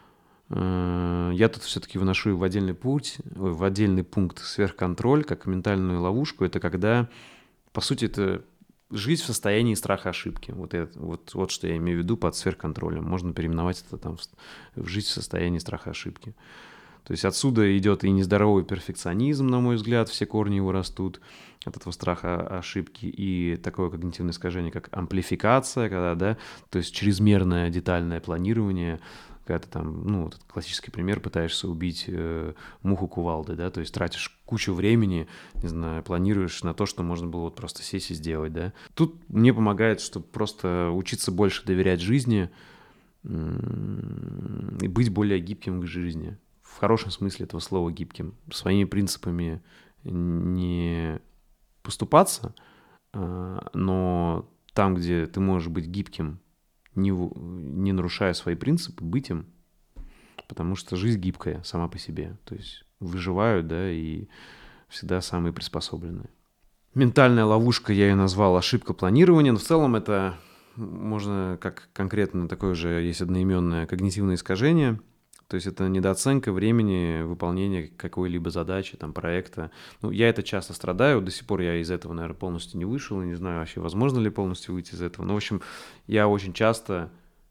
я тут все-таки выношу в отдельный в отдельный пункт сверхконтроль, как ментальную ловушку. Это когда, по сути, это жизнь в состоянии страха ошибки. Вот что я имею в виду под сверхконтролем. Можно переименовать это там в жизнь в состоянии страха ошибки. То есть отсюда идет и нездоровый перфекционизм, на мой взгляд, все корни его растут от этого страха ошибки, и такое когнитивное искажение, как амплификация, когда, да, то есть чрезмерное детальное планирование, когда ты там, ну, вот этот классический пример, пытаешься убить муху кувалдой, да, то есть тратишь кучу времени, не знаю, планируешь на то, что можно было вот просто сесть и сделать, да. Тут мне помогает, чтобы просто учиться больше доверять жизни и быть более гибким к жизни. В хорошем смысле этого слова гибким. Своими принципами не поступаться, но там, где ты можешь быть гибким, не нарушая свои принципы, быть им, потому что жизнь гибкая сама по себе. То есть выживают, да, и всегда самые приспособленные. Ментальная ловушка, я ее назвал ошибка планирования, но в целом это можно как конкретно такое же есть одноименное когнитивное искажение. То есть это недооценка времени выполнения какой-либо задачи, там, проекта. Ну, я это часто страдаю, до сих пор я из этого, наверное, полностью не вышел, и не знаю вообще, возможно ли полностью выйти из этого. Но, в общем, я очень часто,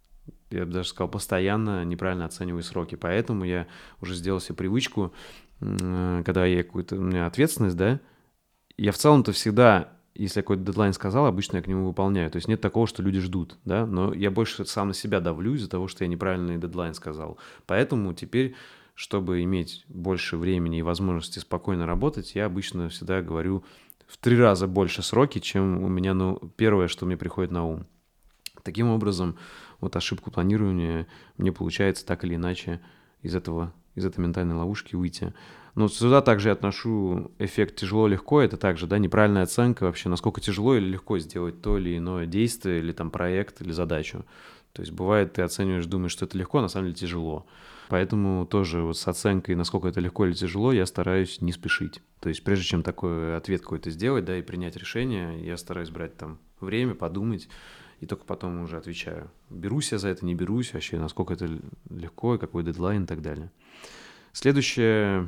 я бы даже сказал, постоянно неправильно оцениваю сроки. Поэтому я уже сделал себе привычку, когда я какую-то, у меня ответственность, да, я в целом-то всегда, если я какой-то дедлайн сказал, обычно я к нему выполняю. То есть нет такого, что люди ждут, да, но я больше сам на себя давлю из-за того, что я неправильный дедлайн сказал. Поэтому теперь, чтобы иметь больше времени и возможности спокойно работать, я обычно всегда говорю в 3 раза больше сроки, чем у меня, ну, первое, что мне приходит на ум. Таким образом, вот ошибку планирования мне получается так или иначе из этой ментальной ловушки выйти. Но сюда также я отношу эффект тяжело-легко. Это также, да, неправильная оценка вообще, насколько тяжело или легко сделать то или иное действие, или там проект, или задачу. То есть бывает, ты оцениваешь, думаешь, что это легко, а на самом деле тяжело. Поэтому тоже вот с оценкой, насколько это легко или тяжело, я стараюсь не спешить. То есть прежде чем такой ответ какой-то сделать, да, и принять решение, я стараюсь брать там время, подумать, и только потом уже отвечаю. Берусь я за это, не берусь вообще, насколько это легко, какой дедлайн и так далее. Следующая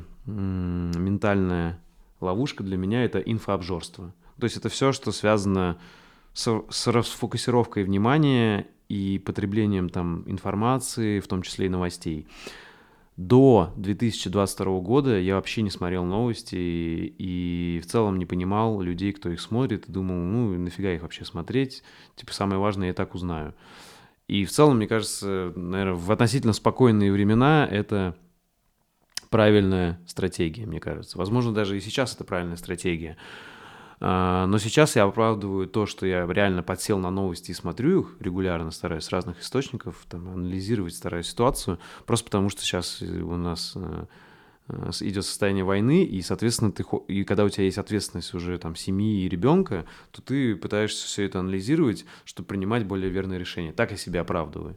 ментальная ловушка для меня – это инфообжорство. То есть это все, что связано с расфокусировкой внимания и потреблением там информации, в том числе и новостей. До 2022 года я вообще не смотрел новости и в целом не понимал людей, кто их смотрит, и думал, ну нафига их вообще смотреть, типа самое важное я и так узнаю. И в целом, мне кажется, наверное, в относительно спокойные времена это правильная стратегия, мне кажется. Возможно, даже и сейчас это правильная стратегия. Но сейчас я оправдываю то, что я реально подсел на новости и смотрю их регулярно, стараюсь с разных источников там, анализировать, стараюсь ситуацию, просто потому что сейчас у нас идет состояние войны, и, соответственно, и когда у тебя есть ответственность уже там семьи и ребенка, то ты пытаешься все это анализировать, чтобы принимать более верные решения. Так я себя оправдываю.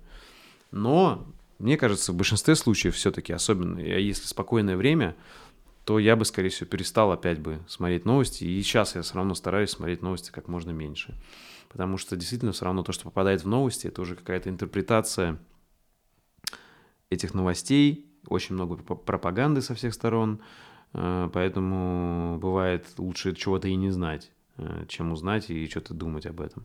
Но мне кажется, в большинстве случаев все-таки, особенно если спокойное время, то я бы, скорее всего, перестал опять бы смотреть новости. И сейчас я все равно стараюсь смотреть новости как можно меньше. Потому что действительно все равно то, что попадает в новости, это уже какая-то интерпретация этих новостей. Очень много пропаганды со всех сторон. Поэтому бывает лучше чего-то и не знать, чем узнать и что-то думать об этом.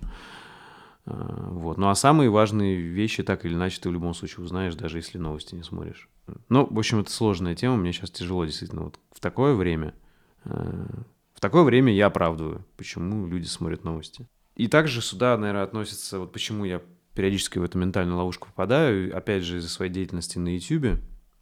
Вот. Ну а самые важные вещи так или иначе ты в любом случае узнаешь, даже если новости не смотришь. Ну, в общем, это сложная тема, мне сейчас тяжело действительно. Вот в такое время я оправдываю, почему люди смотрят новости. И также сюда, наверное, относится, вот почему я периодически в эту ментальную ловушку попадаю, опять же, из-за своей деятельности на YouTube.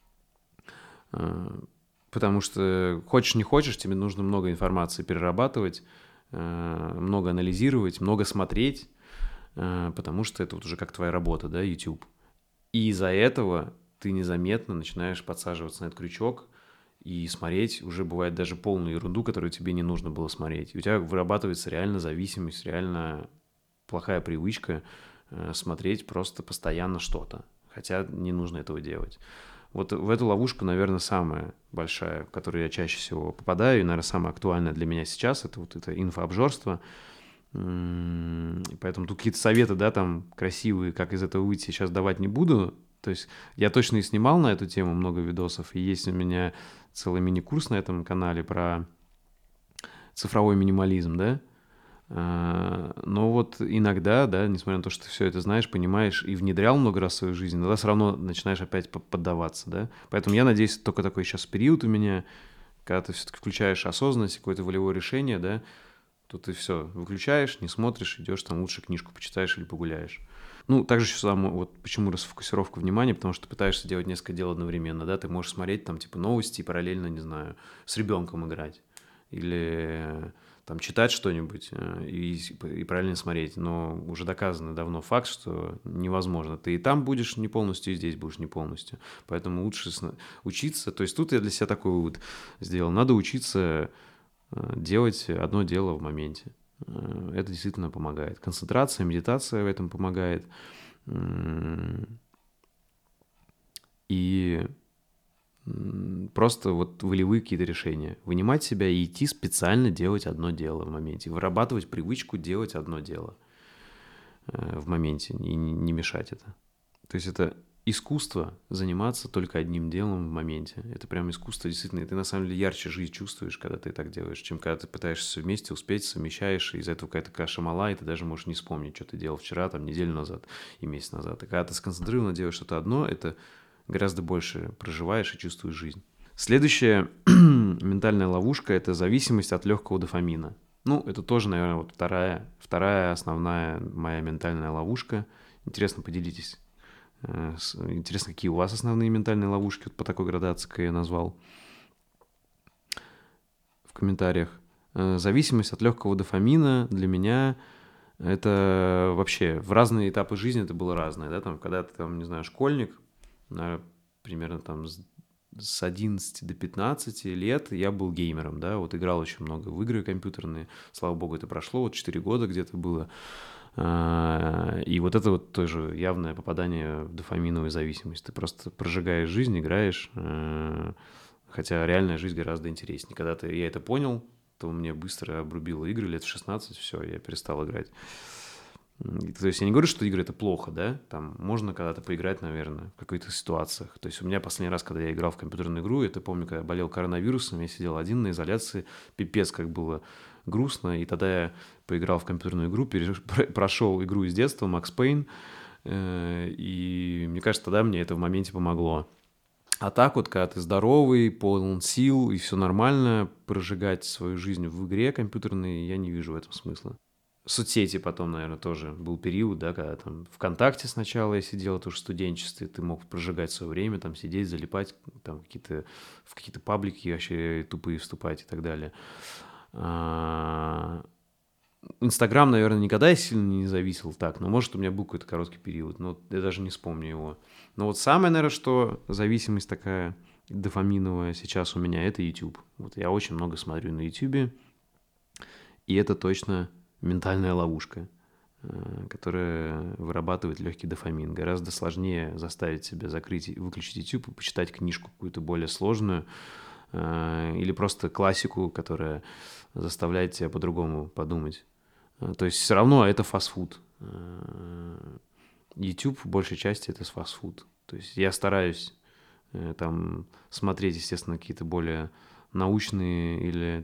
Потому что хочешь не хочешь, тебе нужно много информации перерабатывать, много анализировать, много смотреть, потому что это вот уже как твоя работа, да, YouTube. И из-за этого ты незаметно начинаешь подсаживаться на этот крючок и смотреть уже бывает даже полную ерунду, которую тебе не нужно было смотреть. И у тебя вырабатывается реально зависимость, реально плохая привычка смотреть просто постоянно что-то, хотя не нужно этого делать. Вот в эту ловушку, наверное, самая большая, в которую я чаще всего попадаю, и, наверное, самая актуальная для меня сейчас, это вот это инфообжорство. Поэтому тут какие-то советы, да, там красивые, как из этого выйти, сейчас давать не буду. То есть я точно и снимал на эту тему много видосов, и есть у меня целый мини-курс на этом канале про цифровой минимализм, да. Но вот иногда, да, несмотря на то, что ты все это знаешь, понимаешь и внедрял много раз в свою жизнь, иногда все равно начинаешь опять поддаваться, да. Поэтому я надеюсь, только такой сейчас период у меня, когда ты все-таки включаешь осознанность, какое-то волевое решение, да, то ты все выключаешь, не смотришь, идешь там лучше книжку почитаешь или погуляешь. Ну, также еще сам, вот почему расфокусировка внимания, потому что ты пытаешься делать несколько дел одновременно, да, ты можешь смотреть там типа новости и параллельно, не знаю, с ребенком играть или там читать что-нибудь и параллельно смотреть, но уже доказано давно факт, что невозможно. Ты и там будешь не полностью, и здесь будешь не полностью. Поэтому лучше учиться. То есть тут я для себя такой вывод сделал. Надо учиться делать одно дело в моменте. Это действительно помогает. Концентрация, медитация в этом помогает. И просто вот волевые какие-то решения. Вынимать себя и идти специально делать одно дело в моменте. Вырабатывать привычку делать одно дело в моменте и не мешать это. То есть это искусство заниматься только одним делом в моменте. Это прям искусство действительно. И ты на самом деле ярче жизнь чувствуешь, когда ты так делаешь, чем когда ты пытаешься все вместе успеть, совмещаешь, и из-за этого какая-то каша мала, и ты даже можешь не вспомнить, что ты делал вчера, там, неделю назад и месяц назад. И когда ты сконцентрированно делаешь что-то одно, это гораздо больше проживаешь и чувствуешь жизнь. Следующая ментальная ловушка – это зависимость от легкого дофамина. Ну, это тоже, наверное, вот вторая основная моя ментальная ловушка. Интересно, поделитесь. Интересно, какие у вас основные ментальные ловушки, вот по такой градации, как я ее назвал, в комментариях. Зависимость от легкого дофамина для меня это вообще в разные этапы жизни это было разное, да, там, когда ты, там, не знаю, школьник, наверное, примерно там с 11 до 15 лет я был геймером, да, вот играл очень много в игры компьютерные, слава богу, это прошло, вот 4 года где-то было. И вот это вот тоже явное попадание в дофаминовую зависимость. Ты просто прожигаешь жизнь, играешь, хотя реальная жизнь гораздо интереснее. Когда я это понял, то мне быстро обрубило игры лет в 16, все, я перестал играть. То есть я не говорю, что игры это плохо, да, там можно когда-то поиграть, наверное, в каких-то ситуациях. То есть у меня последний раз, когда я играл в компьютерную игру, это помню, когда я болел коронавирусом, я сидел один на изоляции, пипец как было грустно, и тогда я поиграл в компьютерную игру, прошел игру из детства, Max Payne, и мне кажется, тогда мне это в моменте помогло. А так вот, когда ты здоровый, полон сил и все нормально, прожигать свою жизнь в игре компьютерной, я не вижу в этом смысла. Соцсети потом, наверное, тоже был период, да, когда там ВКонтакте сначала я сидел, это уже в студенчестве, ты мог прожигать свое время, там сидеть, залипать, там в какие-то паблики вообще тупые вступать и так далее. Инстаграм, наверное, никогда я сильно не зависел так, но может у меня был какой-то короткий период, но я даже не вспомню его. Но вот самое, наверное, что зависимость такая дофаминовая сейчас у меня, это YouTube. Вот я очень много смотрю на YouTube, и это точно ментальная ловушка, которая вырабатывает легкий дофамин. Гораздо сложнее заставить себя закрыть и выключить YouTube и почитать книжку какую-то более сложную или просто классику, которая заставляет тебя по-другому подумать. То есть все равно это фастфуд. YouTube в большей части это фастфуд. То есть я стараюсь там смотреть, естественно, какие-то более научные или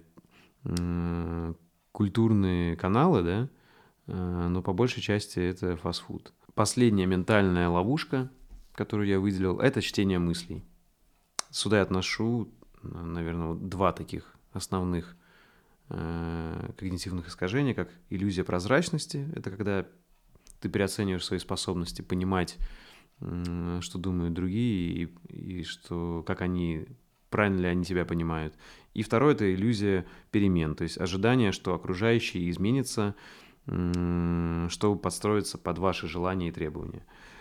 культурные каналы, да, но по большей части это фастфуд. Последняя ментальная ловушка, которую я выделил, это чтение мыслей. Сюда я отношу, наверное, два таких основных когнитивных искажения, как иллюзия прозрачности. Это когда ты переоцениваешь свои способности понимать, что думают другие, и что, как они, правильно ли они тебя понимают. И второе – это иллюзия перемен, то есть ожидание, что окружающие изменятся, чтобы подстроиться под ваши желания и требования.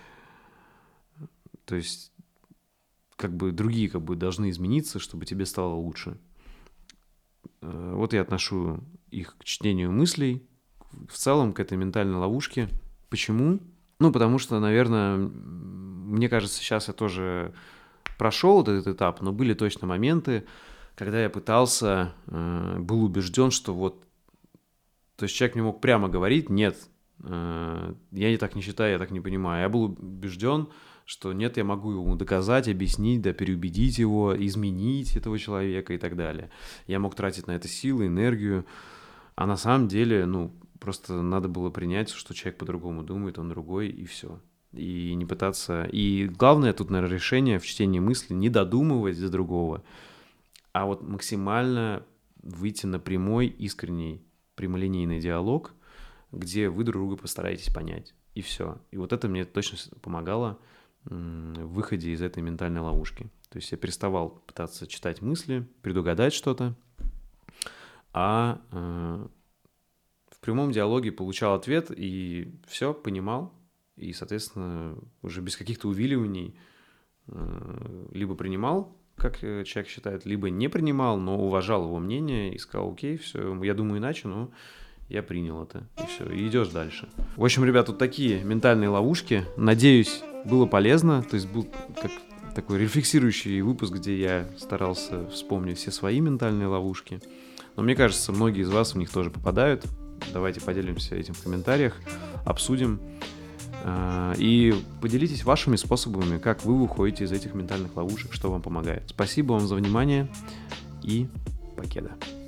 То есть как бы другие как бы должны измениться, чтобы тебе стало лучше. Вот я отношу их к чтению мыслей, в целом к этой ментальной ловушке. Почему? Ну, потому что, наверное, мне кажется, сейчас я тоже прошел этот этап, но были точно моменты, когда я пытался, был убежден, что вот, то есть человек мне мог прямо говорить, нет, я так не считаю, я так не понимаю. Я был убежден, что нет, я могу ему доказать, объяснить, да, переубедить его, изменить этого человека и так далее. Я мог тратить на это силы, энергию, а на самом деле, ну, просто надо было принять, что человек по-другому думает, он другой, и все. И не пытаться... И главное тут, наверное, решение в чтении мысли не додумывать за другого, а вот максимально выйти на прямой, искренний, прямолинейный диалог, где вы друг друга постараетесь понять. И все. И вот это мне точно помогало в выходе из этой ментальной ловушки. То есть я переставал пытаться читать мысли, предугадать что-то, а в прямом диалоге получал ответ и все, понимал. И, соответственно, уже без каких-то увиливаний либо принимал, как человек считает, либо не принимал, но уважал его мнение и сказал: окей, все, я думаю иначе, но я принял это, и все, и идешь дальше. В общем, ребят, вот такие ментальные ловушки. Надеюсь, было полезно. То есть был как такой рефлексирующий выпуск, где я старался вспомнить все свои ментальные ловушки. Но мне кажется, многие из вас в них тоже попадают. Давайте поделимся этим в комментариях, обсудим. И поделитесь вашими способами, как вы выходите из этих ментальных ловушек, что вам помогает. Спасибо вам за внимание и покеда.